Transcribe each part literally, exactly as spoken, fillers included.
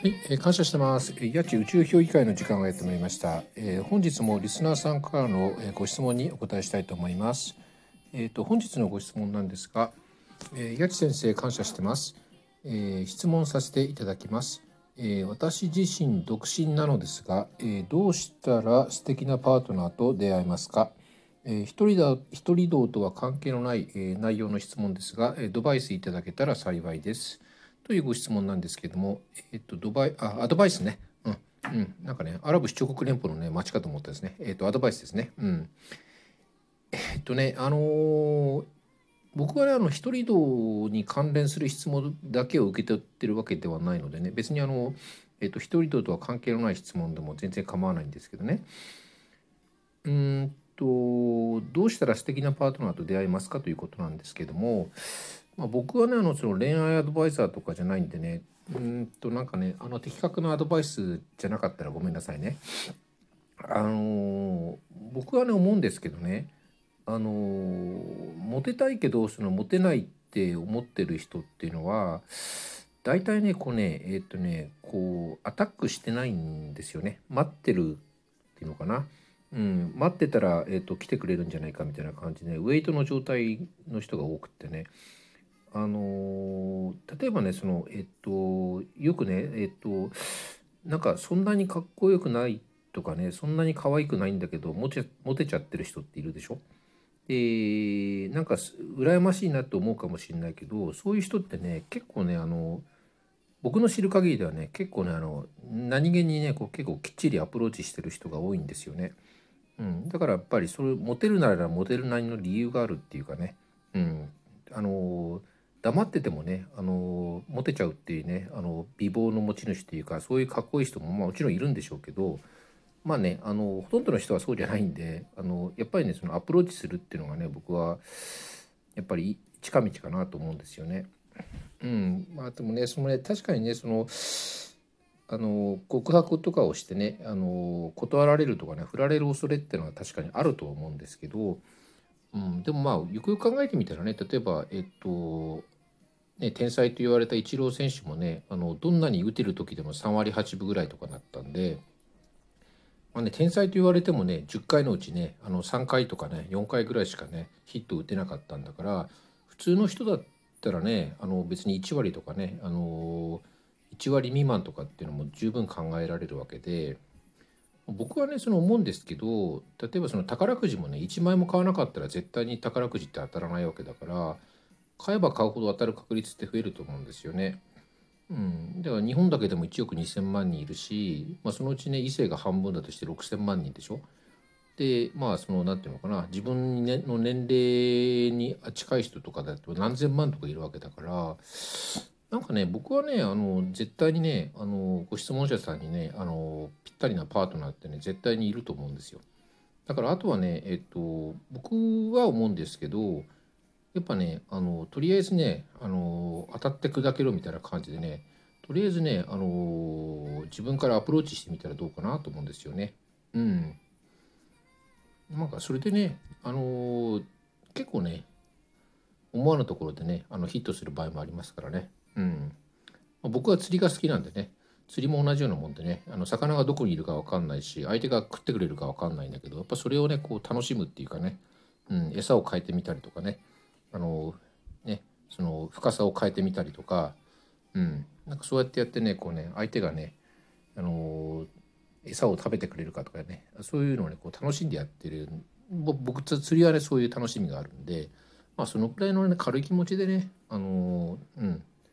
はい、えー感謝してます。えー、やち宇宙評議会の時間がやってまいりました。えー本日もリスナーさんからのえーご質問にお答えしたいと思います。えっと、本日のご質問なんですが、えー、やち先生感謝してます。えー質問させていただきます。えー私自身独身なのですが、えーどうしたら素敵なパートナーと出会えますか？えー一人だ一人道とは関係のない、えー内容の質問ですが、えードバイスいただけたら幸いです。というご質問なんですけども、えっと、ドバイ、あ、アドバイスね。うん、うん、なんかね、アラブ首長国連邦のね、町かと思ったですね。えっと、アドバイスですね。うん。えっとね、あのー僕はね、あの、一人道に関連する質問だけを受け取ってるわけではないのでね、別にあの、えっと、一人道とは関係のない質問でも全然構わないんですけどね。うーんと、どうしたら素敵なパートナーと出会いますかということなんですけども、まあ、僕はね、あの、その恋愛アドバイザーとかじゃないんでね、うーんと、なんかね、あの、的確なアドバイスじゃなかったらごめんなさいね。あの、僕はね、思うんですけどね、あの、モテたいけど、その、モテないって思ってる人っていうのは、大体ね、こうね、えっとね、こう、アタックしてないんですよね。待ってるっていうのかな。うん、待ってたら、えっと、来てくれるんじゃないかみたいな感じで、ウェイトの状態の人が多くってね。あの例えばね、その、えっと、よくね、えっと、なんかそんなにかっこよくないとかね、そんなに可愛くないんだけど、モテ、モテちゃってる人っているでしょ。で、なんかす羨ましいなと思うかもしれないけど、そういう人ってね、結構ね、あの、僕の知る限りではね、結構ね、あの、何気にね、こう結構きっちりアプローチしてる人が多いんですよね。うん、だからやっぱりそれモテるならモテるなりの理由があるっていうかね、うん、あの黙っててもね、あのモテちゃうっていうね、あの美貌の持ち主っていうか、そういうかっこいい人も、まあ、もちろんいるんでしょうけど、まあね、あのほとんどの人はそうじゃないんで、あのやっぱりね、そのアプローチするっていうのがね、僕はやっぱり近道かなと思うんですよね。うん、まあでもね、そのね、確かにね、そのあの告白とかをしてね、あの断られるとかね、振られる恐れっていうのは確かにあると思うんですけど、うん、でもまあよくよく考えてみたらね、例えばえっとね、天才と言われたイチロー選手もね、あのどんなに打てる時でもさん割はちぶぐらいとかだったんで、まあね、天才と言われてもね、じゅっかいのうちね、あのさんかいとかね、よんかいぐらいしかね、ヒット打てなかったんだから、普通の人だったらね、あの別にいち割とかね、あのいち割未満とかっていうのも十分考えられるわけで、僕はね、その思うんですけど、例えばその宝くじもね、いちまいも買わなかったら絶対に宝くじって当たらないわけだから、買えば買うほど当たる確率って増えると思うんですよね。うん、だから日本だけでもいちおくにせん万人いるし、まあ、そのうちね異性が半分だとしてろくせん万人でしょ。でまあそのなんていうのかな、自分の年齢に近い人とかだと何千万とかいるわけだから、なんかね僕はねあの絶対にねあのご質問者さんにねあのぴったりなパートナーってね絶対にいると思うんですよ。だからあとはねえっと僕は思うんですけど、やっぱね、あの、とりあえずね、あの、当たって砕けろみたいな感じでね、とりあえずね、あの、自分からアプローチしてみたらどうかなと思うんですよね。うん。なんかそれでね、あの、結構ね、思わぬところでね、あのヒットする場合もありますからね。うん。まあ僕は釣りが好きなんでね、釣りも同じようなもんでね、あの魚がどこにいるか分かんないし、相手が食ってくれるか分かんないんだけど、やっぱそれをね、こう楽しむっていうかね、うん、餌を変えてみたりとかね、あの、ね、その深さを変えてみたりとか、うん、なんかそうやってやってね、こうね、相手がね、あの、餌を食べてくれるかとかね、そういうのをね、こう楽しんでやってる、ぼ僕釣りはね、そういう楽しみがあるんで、まあそのくらいのね、軽い気持ちでね、あの、うん、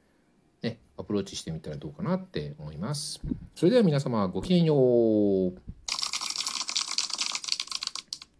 ね、アプローチしてみたらどうかなって思います。それでは皆様ごきげんよう。